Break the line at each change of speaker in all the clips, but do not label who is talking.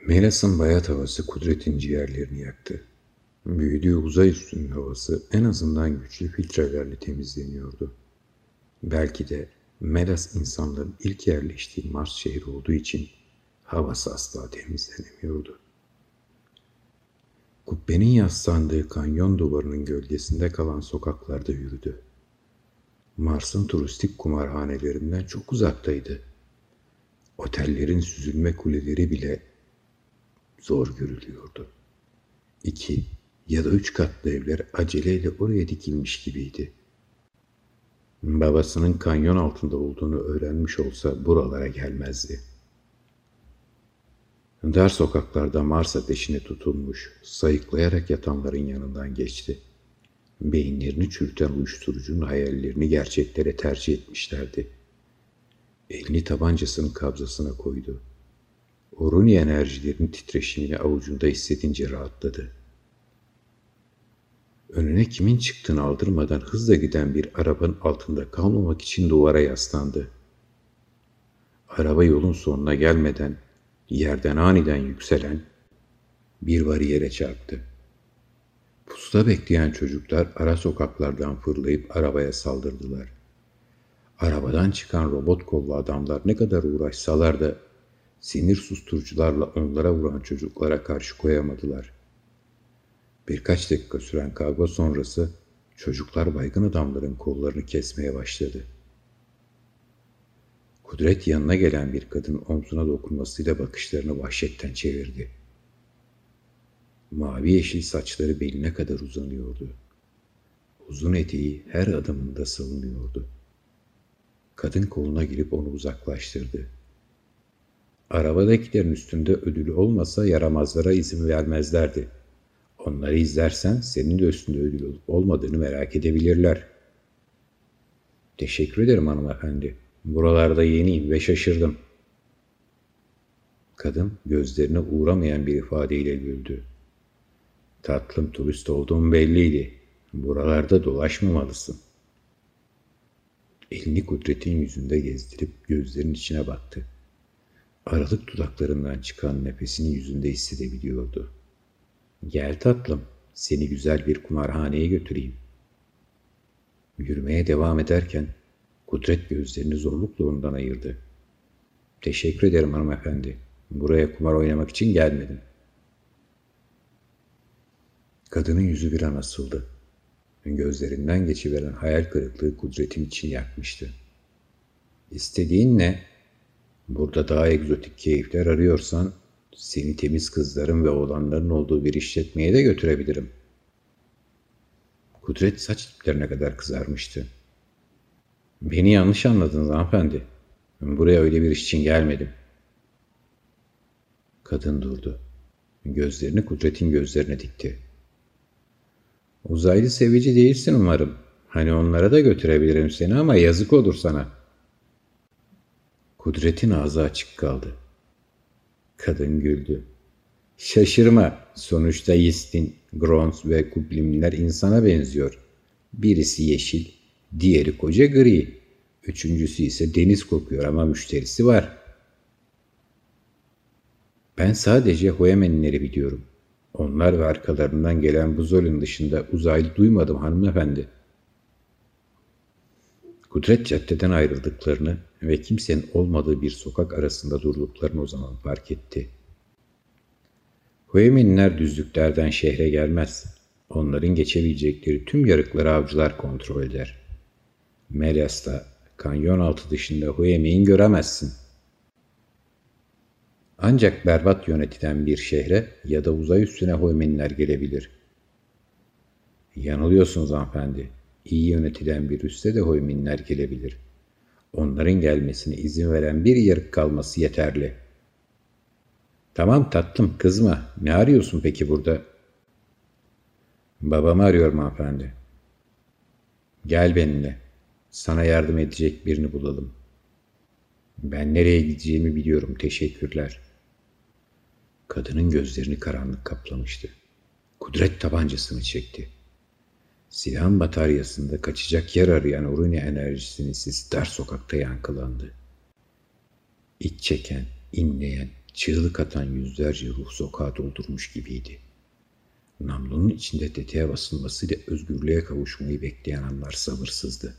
Melas'ın bayat havası Kudret'in ciğerlerini yaktı. Büyüdüğü uzay üstünün havası en azından güçlü filtrelerle temizleniyordu. Belki de Melas insanların ilk yerleştiği Mars şehri olduğu için havası asla temizlenemiyordu. Kubbenin yaslandığı kanyon duvarının gölgesinde kalan sokaklarda yürüdü. Mars'ın turistik kumarhanelerinden çok uzaktaydı. Otellerin süzülme kuleleri bile zor görülüyordu. 2 ya da 3 katlı evler aceleyle oraya dikilmiş gibiydi. Babasının kanyon altında olduğunu öğrenmiş olsa buralara gelmezdi. Dar sokaklarda Mars ateşine tutulmuş, sayıklayarak yatanların yanından geçti. Beyinlerini çürüten uyuşturucunun hayallerini gerçeklere tercih etmişlerdi. Elini tabancasının kabzasına koydu. Oruni enerjilerinin titreşimini avucunda hissedince rahatladı. Önüne kimin çıktığını aldırmadan hızla giden bir arabanın altında kalmamak için duvara yaslandı. Araba yolun sonuna gelmeden yerden aniden yükselen bir bariyere çarptı. Pusuda bekleyen çocuklar ara sokaklardan fırlayıp arabaya saldırdılar. Arabadan çıkan robot kollu adamlar ne kadar uğraşsalar da sinir susturucularla onlara vuran çocuklara karşı koyamadılar. Birkaç dakika süren kavga sonrası çocuklar baygın adamların kollarını kesmeye başladı. Kudret yanına gelen bir kadın omzuna dokunmasıyla bakışlarını vahşetten çevirdi. Mavi yeşil saçları beline kadar uzanıyordu. Uzun eteği her adımında salınıyordu. Kadın koluna girip onu uzaklaştırdı. Arabadakilerin üstünde ödülü olmasa yaramazlara izin vermezlerdi. Onları izlersen senin de üstünde ödül olup olmadığını merak edebilirler. Teşekkür ederim hanımefendi. Buralarda yeniyim ve şaşırdım. Kadın gözlerine uğramayan bir ifadeyle güldü. Tatlım, turist olduğum belliydi. Buralarda dolaşmamalısın. Elini Kudret'in yüzünde gezdirip gözlerinin içine baktı. Aralık dudaklarından çıkan nefesini yüzünde hissedebiliyordu. Gel tatlım, seni güzel bir kumarhaneye götüreyim. Yürümeye devam ederken Kudret gözlerini zorlukla ondan ayırdı. Teşekkür ederim hanımefendi. Buraya kumar oynamak için gelmedim. Kadının yüzü bir an asıldı. Gözlerinden geçiveren hayal kırıklığı Kudret'in içini yakmıştı. İstediğin ne? Burada daha egzotik keyifler arıyorsan seni temiz kızların ve oğlanların olduğu bir işletmeye de götürebilirim. Kudret saç diplerine kadar kızarmıştı. Beni yanlış anladınız hanımefendi. Buraya öyle bir iş için gelmedim. Kadın durdu. Gözlerini Kudret'in gözlerine dikti. Uzaylı sevici değilsin umarım. Hani onlara da götürebilirim seni ama yazık olur sana. Kudret'in ağzı açık kaldı. Kadın güldü. Şaşırma. Sonuçta Yistin, Grons ve Kublimler insana benziyor. Birisi yeşil, diğeri koca gri. Üçüncüsü ise deniz kokuyor ama müşterisi var. Ben sadece Hoyamenleri biliyorum. Onlar ve arkalarından gelen Buzol'ün dışında uzaylı duymadım hanımefendi. Kudret caddeden ayrıldıklarını ve kimsenin olmadığı bir sokak arasında durduklarını o zaman fark etti. Hoyamenler düzlüklerden şehre gelmez. Onların geçebilecekleri tüm yarıkları avcılar kontrol eder. Melas'ta kanyon altı dışında Hoyamen'i göremezsin. Ancak berbat yönetilen bir şehre ya da uzay üstüne Hoyamenler gelebilir. Yanılıyorsunuz hanımefendi. İyi yönetilen bir üste de Hoyamenler gelebilir. Onların gelmesine izin veren bir yarık kalması yeterli. Tamam tatlım, kızma. Ne arıyorsun peki burada? Babamı arıyorum hanımefendi. Gel benimle. Sana yardım edecek birini bulalım. Ben nereye gideceğimi biliyorum, teşekkürler. Kadının gözlerini karanlık kaplamıştı. Kudret tabancasını çekti. Silahın bataryasında kaçacak yer arayan Oruni enerjisinin sesi dar sokakta yankılandı. İç çeken, inleyen, Çığlık atan yüzlerce ruh sokağa doldurmuş gibiydi. Namlunun içinde tetiğe basılmasıyla özgürlüğe kavuşmayı bekleyen anlar sabırsızdı.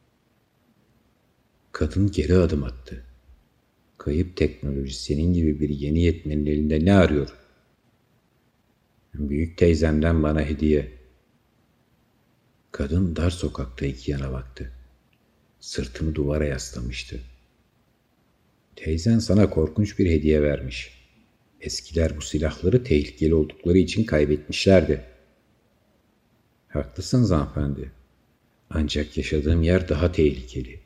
Kadın geri adım attı. Kayıp teknoloji senin gibi bir yeni yetmenin elinde ne arıyor? Büyük teyzemden bana hediye. Kadın dar sokakta iki yana baktı. Sırtını duvara yaslamıştı. Teyzen sana korkunç bir hediye vermiş. Eskiler bu silahları tehlikeli oldukları için kaybetmişlerdi. Haklısınız hanımefendi. Ancak yaşadığım yer daha tehlikeli.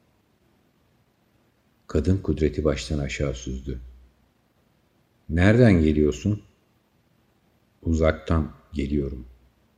Kadın Kudret'i baştan aşağı süzdü. Nereden geliyorsun? Uzaktan geliyorum.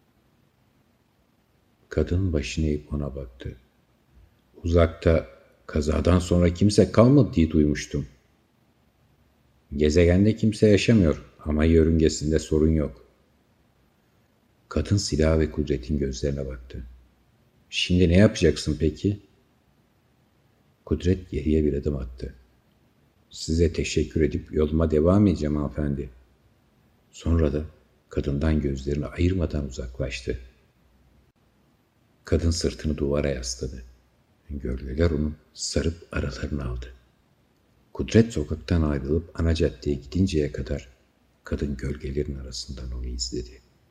Kadın başını eğip ona baktı. Uzakta kazadan sonra kimse kalmadı diye duymuştum. Gezegende kimse yaşamıyor ama yörüngesinde sorun yok. Kadın silah ve Kudret'in gözlerine baktı. Şimdi ne yapacaksın peki? Kudret geriye bir adım attı. Size teşekkür edip yoluma devam edeceğim hanımefendi. Sonra da kadından gözlerini ayırmadan uzaklaştı. Kadın sırtını duvara yasladı. Gölgeler onu sarıp aralarına aldı. Kudret sokaktan ayrılıp ana caddeye gidinceye kadar kadın gölgelerin arasından onu izledi.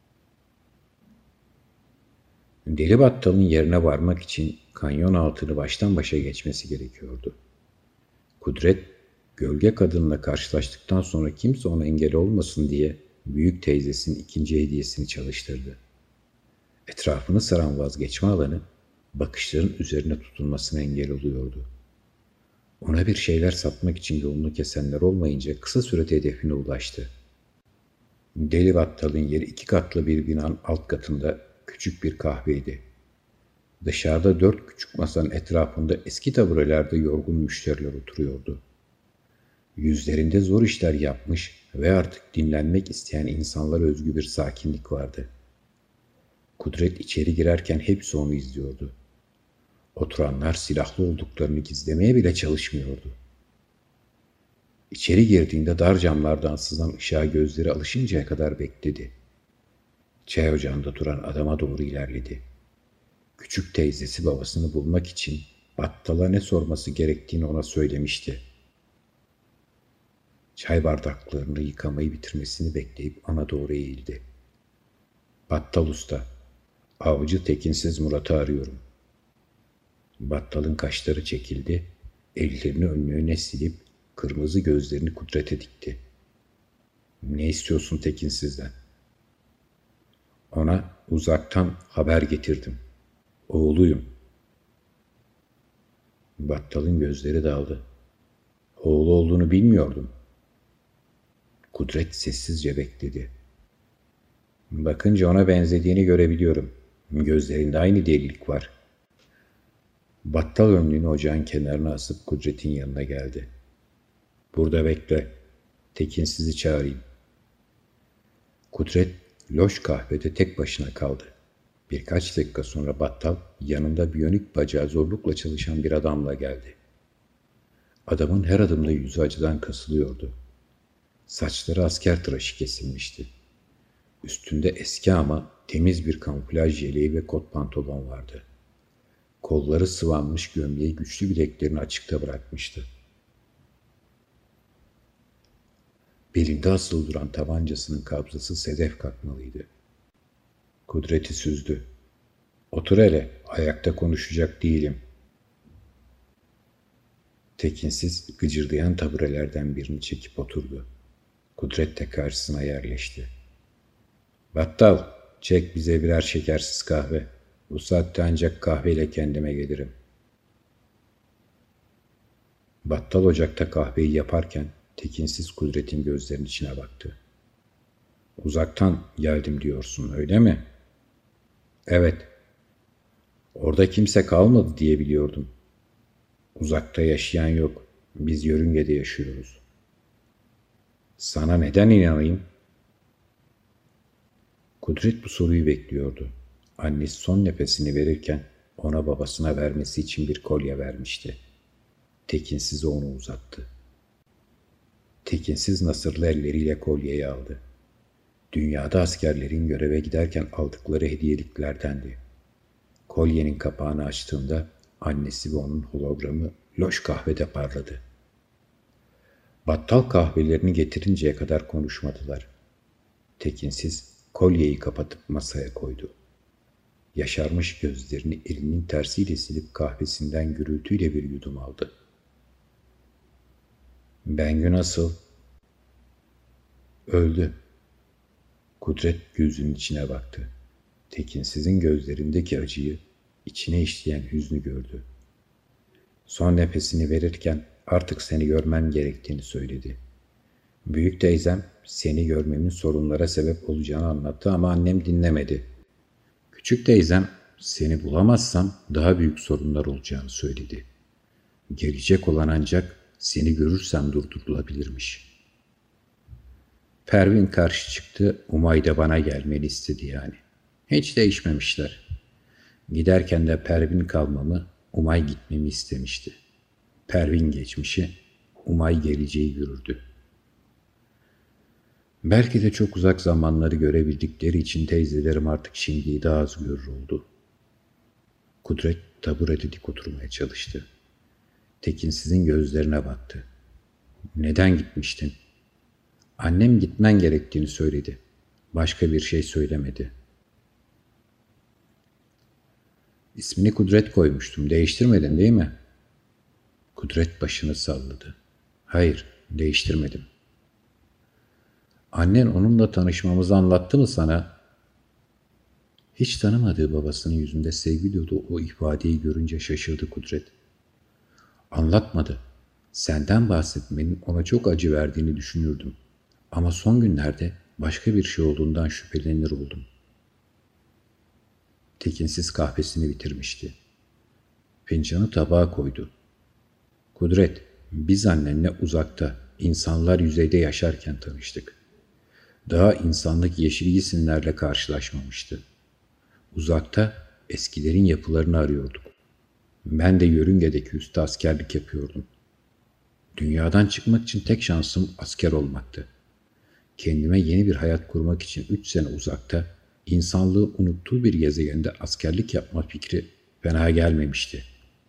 Deli Battal'ın yerine varmak için kanyon altını baştan başa geçmesi gerekiyordu. Kudret, gölge kadınla karşılaştıktan sonra kimse ona engel olmasın diye büyük teyzesinin ikinci hediyesini çalıştırdı. Etrafını saran vazgeçme alanı bakışların üzerine tutulmasına engel oluyordu. Ona bir şeyler satmak için yolunu kesenler olmayınca kısa sürede hedefine ulaştı. Deli Battal'ın yeri 2 katlı bir binanın alt katında küçük bir kahveydi. Dışarıda 4 küçük masanın etrafında eski taburelerde yorgun müşteriler oturuyordu. Yüzlerinde zor işler yapmış ve artık dinlenmek isteyen insanlara özgü bir sakinlik vardı. Kudret içeri girerken hepsi onu izliyordu. Oturanlar silahlı olduklarını gizlemeye bile çalışmıyordu. İçeri girdiğinde dar camlardan sızan ışığa gözleri alışıncaya kadar bekledi. Çay ocağında duran adama doğru ilerledi. Küçük teyzesi babasını bulmak için Battal'a ne sorması gerektiğini ona söylemişti. Çay bardaklarını yıkamayı bitirmesini bekleyip ona doğru eğildi. Battal usta, avcı Tekinsiz Murat'ı arıyorum. Battal'ın kaşları çekildi, ellerini önlüğüne silip kırmızı gözlerini Kudret'e dikti. Ne istiyorsun Tekinsiz'den? Ona uzaktan haber getirdim. Oğluyum. Battal'ın gözleri daldı. Oğlu olduğunu bilmiyordum. Kudret sessizce bekledi. Bakınca ona benzediğini görebiliyorum. Gözlerinde aynı delilik var. Battal önlüğünü ocağın kenarına asıp Kudret'in yanına geldi. Burada bekle. Tekinsiz'i çağırayım. Kudret loş kahvede tek başına kaldı. Birkaç dakika sonra Battal yanında biyonik bacağı zorlukla çalışan bir adamla geldi. Adamın her adımda yüzü acıdan kasılıyordu. Saçları asker tıraşı kesilmişti. Üstünde eski ama temiz bir kamuflaj yeleği ve kot pantolon vardı. Kolları sıvanmış gömleği güçlü bileklerini açıkta bırakmıştı. Belinde asılı duran tabancasının kabzası sedef kakmalıydı. Kudret'i süzdü. Otur hele, ayakta konuşacak değilim. Tekinsiz gıcırdayan taburelerden birini çekip oturdu. Kudret de karşısına yerleşti. Battal, çek bize birer şekersiz kahve. Bu saatte ancak kahveyle kendime gelirim. Battal ocakta kahveyi yaparken Tekinsiz Kudret'in gözlerinin içine baktı. Uzaktan geldim diyorsun, öyle mi? Evet. Orada kimse kalmadı diye biliyordum. Uzakta yaşayan yok. Biz yörüngede yaşıyoruz. Sana neden inanayım? Kudret bu soruyu bekliyordu. Annesi son nefesini verirken ona babasına vermesi için bir kolye vermişti. Tekinsiz onu uzattı. Tekinsiz nasırlı elleriyle kolyeyi aldı. Dünyada askerlerin göreve giderken aldıkları hediyeliklerdendi. Kolyenin kapağını açtığında annesi ve onun hologramı loş kahvede parladı. Battal kahvelerini getirinceye kadar konuşmadılar. Tekinsiz kolyeyi kapatıp masaya koydu. Yaşarmış gözlerini elinin tersiyle silip kahvesinden gürültüyle bir yudum aldı. "Bengü nasıl?" "Öldü." Kudret gözünün içine baktı. Tekinsiz'in gözlerindeki acıyı, içine işleyen hüznü gördü. Son nefesini verirken artık seni görmem gerektiğini söyledi. Büyük teyzem seni görmemin sorunlara sebep olacağını anlattı ama annem dinlemedi. Küçük teyzem seni bulamazsam daha büyük sorunlar olacağını söyledi. Gelecek olan ancak seni görürsem durdurulabilirmiş. Pervin karşı çıktı, Umay da bana gelmeni istedi yani. Hiç değişmemişler. Giderken de Pervin kalmamı, Umay gitmemi istemişti. Pervin geçmişi, Umay geleceği görürdü. Belki de çok uzak zamanları görebildikleri için teyzelerim artık şimdiyi daha az görür oldu. Kudret taburede dik oturmaya çalıştı. Tekinsiz'in gözlerine baktı. "Neden gitmiştin?" "Annem gitmen gerektiğini söyledi. Başka bir şey söylemedi." "İsmini Kudret koymuştum. Değiştirmedin değil mi?" Kudret başını salladı. "Hayır, değiştirmedim." "Annen onunla tanışmamızı anlattı mı sana?" Hiç tanımadığı babasının yüzünde sevgi dolu o ifadeyi görünce şaşırdı Kudret. "Anlatmadı. Senden bahsetmenin ona çok acı verdiğini düşünürdüm. Ama son günlerde başka bir şey olduğundan şüphelenir oldum." Tekinsiz kahvesini bitirmişti. Fincanı tabağa koydu. "Kudret, biz annenle uzakta, insanlar yüzeyde yaşarken tanıştık. Daha insanlık yeşil giysinlerle karşılaşmamıştı. Uzakta eskilerin yapılarını arıyorduk. Ben de yörüngedeki üste askerlik yapıyordum. Dünyadan çıkmak için tek şansım asker olmaktı. Kendime yeni bir hayat kurmak için 3 sene uzakta, insanlığı unuttuğu bir gezegende askerlik yapma fikri fena gelmemişti."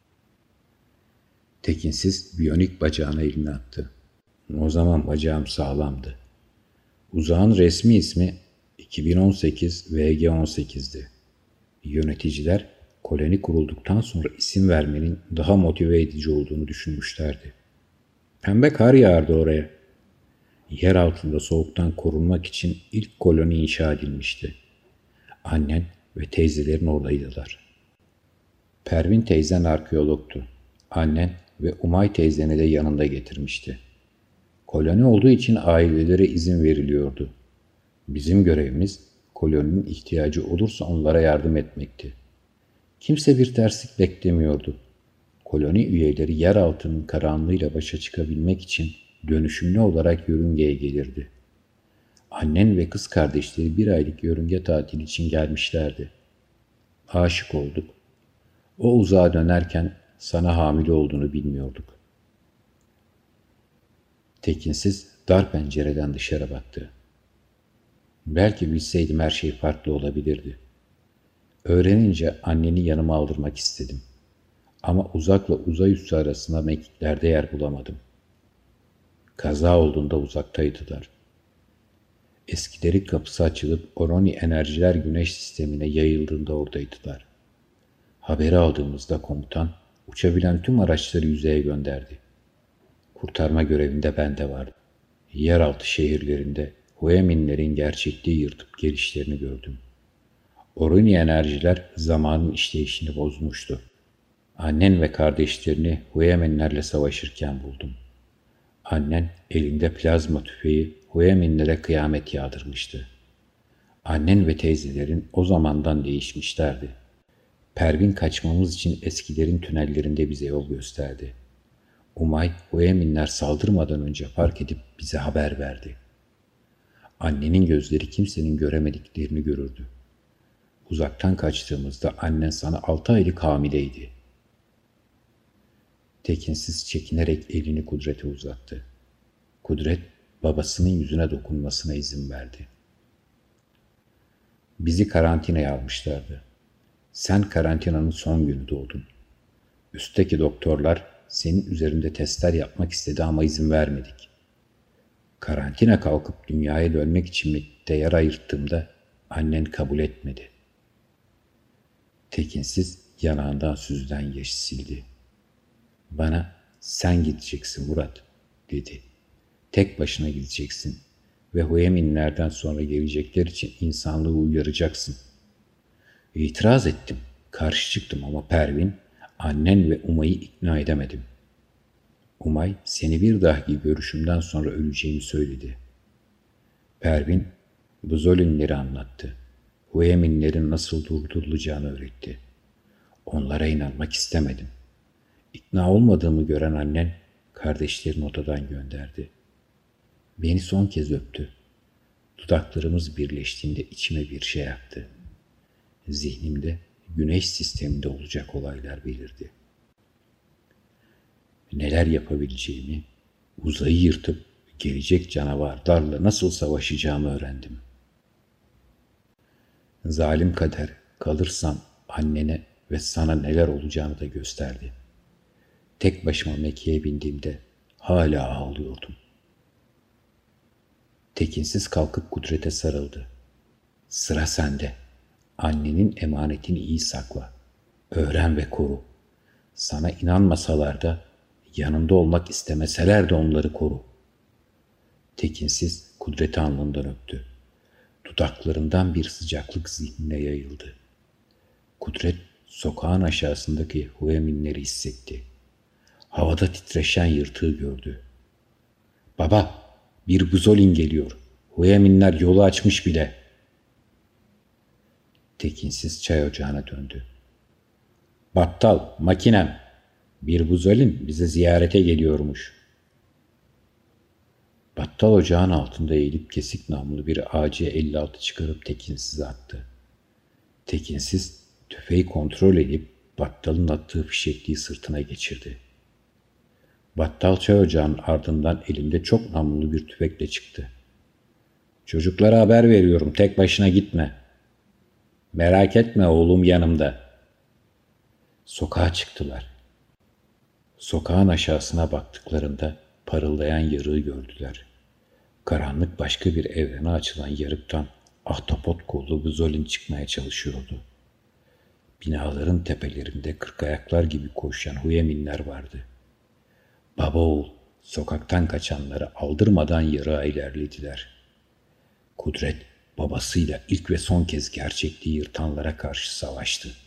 Tekinsiz biyonik bacağına elini attı. O zaman bacağım sağlamdı. Uzağın resmi ismi 2018 VG18'di. Yöneticiler koloni kurulduktan sonra isim vermenin daha motive edici olduğunu düşünmüşlerdi. Pembe kar yağardı oraya. Yer altında soğuktan korunmak için ilk koloni inşa edilmişti. Annen ve teyzelerin oradaydılar. Pervin teyzen arkeologtu. Annen ve Umay teyzeni de yanında getirmişti. Koloni olduğu için ailelere izin veriliyordu. Bizim görevimiz koloninin ihtiyacı olursa onlara yardım etmekti. Kimse bir terslik beklemiyordu. Koloni üyeleri yer altının karanlığıyla başa çıkabilmek için dönüşümlü olarak yörüngeye gelirdi. Annen ve kız kardeşleri bir aylık yörünge tatili için gelmişlerdi. Aşık olduk. O uzağa dönerken sana hamile olduğunu bilmiyorduk. Tekinsiz dar pencereden dışarı baktı. Belki bilseydim her şey farklı olabilirdi. Öğrenince anneni yanıma aldırmak istedim. Ama uzakla uzay üssü arasında mekiklerde yer bulamadım. Kaza olduğunda uzaktaydılar. Eskileri kapısı açılıp Oroni enerjiler güneş sistemine yayıldığında oradaydılar. Haberi aldığımızda komutan uçabilen tüm araçları yüzeye gönderdi. Kurtarma görevinde ben de vardım. Yeraltı şehirlerinde Hueminlerin gerçekliği yırtıp gelişlerini gördüm. Oroni enerjiler zamanın işleyişini bozmuştu. Annen ve kardeşlerini Hueminlerle savaşırken buldum. Annen elinde plazma tüfeği Hueminlere kıyamet yağdırmıştı. Annen ve teyzelerin o zamandan değişmişlerdi. Pervin kaçmamız için eskilerin tünellerinde bize yol gösterdi. Umay, Hueminler saldırmadan önce fark edip bize haber verdi. Annenin gözleri kimsenin göremediklerini görürdü. Uzaktan kaçtığımızda annen sana 6 aylık hamileydi. Tekinsiz çekinerek elini Kudret'e uzattı. Kudret babasının yüzüne dokunmasına izin verdi. Bizi karantinaya almışlardı. Sen karantinanın son günü doğdun. Üstteki doktorlar senin üzerinde testler yapmak istedi ama izin vermedik. Karantina kalkıp dünyaya dönmek için mektup yer ayırttığımda annen kabul etmedi. Tekinsiz yanağından süzülen yaş sildi. Bana sen gideceksin Murat dedi. Tek başına gideceksin ve Hueminlerden sonra gelecekler için insanlığı uyaracaksın. İtiraz ettim, karşı çıktım ama Pervin, annen ve Umay'ı ikna edemedim. Umay seni bir dahaki görüşümden sonra öleceğimi söyledi. Pervin bu zulümleri anlattı. Hueminlerin nasıl durdurulacağını öğretti. Onlara inanmak istemedim. İkna olmadığımı gören annen kardeşlerini odadan gönderdi. Beni son kez öptü. Dudaklarımız birleştiğinde içime bir şey yaktı. Zihnimde güneş sisteminde olacak olaylar belirdi. Neler yapabileceğimi, uzayı yırtıp gelecek canavarlarla nasıl savaşacağımı öğrendim. Zalim kader kalırsam annene ve sana neler olacağını da gösterdi. Tek başıma Mekke'ye bindiğimde hala ağlıyordum. Tekinsiz kalkıp Kudret'e sarıldı. Sıra sende. Annenin emanetini iyi sakla. Öğren ve koru. Sana inanmasalar da, yanında olmak istemeseler de onları koru. Tekinsiz Kudret'i alnından öptü. Dudaklarından bir sıcaklık zihnine yayıldı. Kudret sokağın aşağısındaki Hueminleri hissetti. Havada titreşen yırtığı gördü. Baba, bir Guzolin geliyor. Hueminler yolu açmış bile. Tekinsiz çay ocağına döndü. Battal, makinem. Bir Guzolin bize ziyarete geliyormuş. Battal ocağın altında eğilip kesik namlu bir AC-56 çıkarıp Tekinsiz'e attı. Tekinsiz tüfeği kontrol edip Battal'ın attığı fişekliği sırtına geçirdi. Battal çay ocağının ardından elinde çok namlulu bir tüfekle çıktı. Çocuklara haber veriyorum, tek başına gitme. Merak etme, oğlum yanımda. Sokağa çıktılar. Sokağın aşağısına baktıklarında parıldayan yarığı gördüler. Karanlık başka bir evrene açılan yarıktan ahtapot kollu Guzolin çıkmaya çalışıyordu. Binaların tepelerinde kırkayaklar gibi koşan Hueminler vardı. Baba oğul sokaktan kaçanları aldırmadan yarığa ilerlediler. Kudret babasıyla ilk ve son kez gerçekliği yırtanlara karşı savaştı.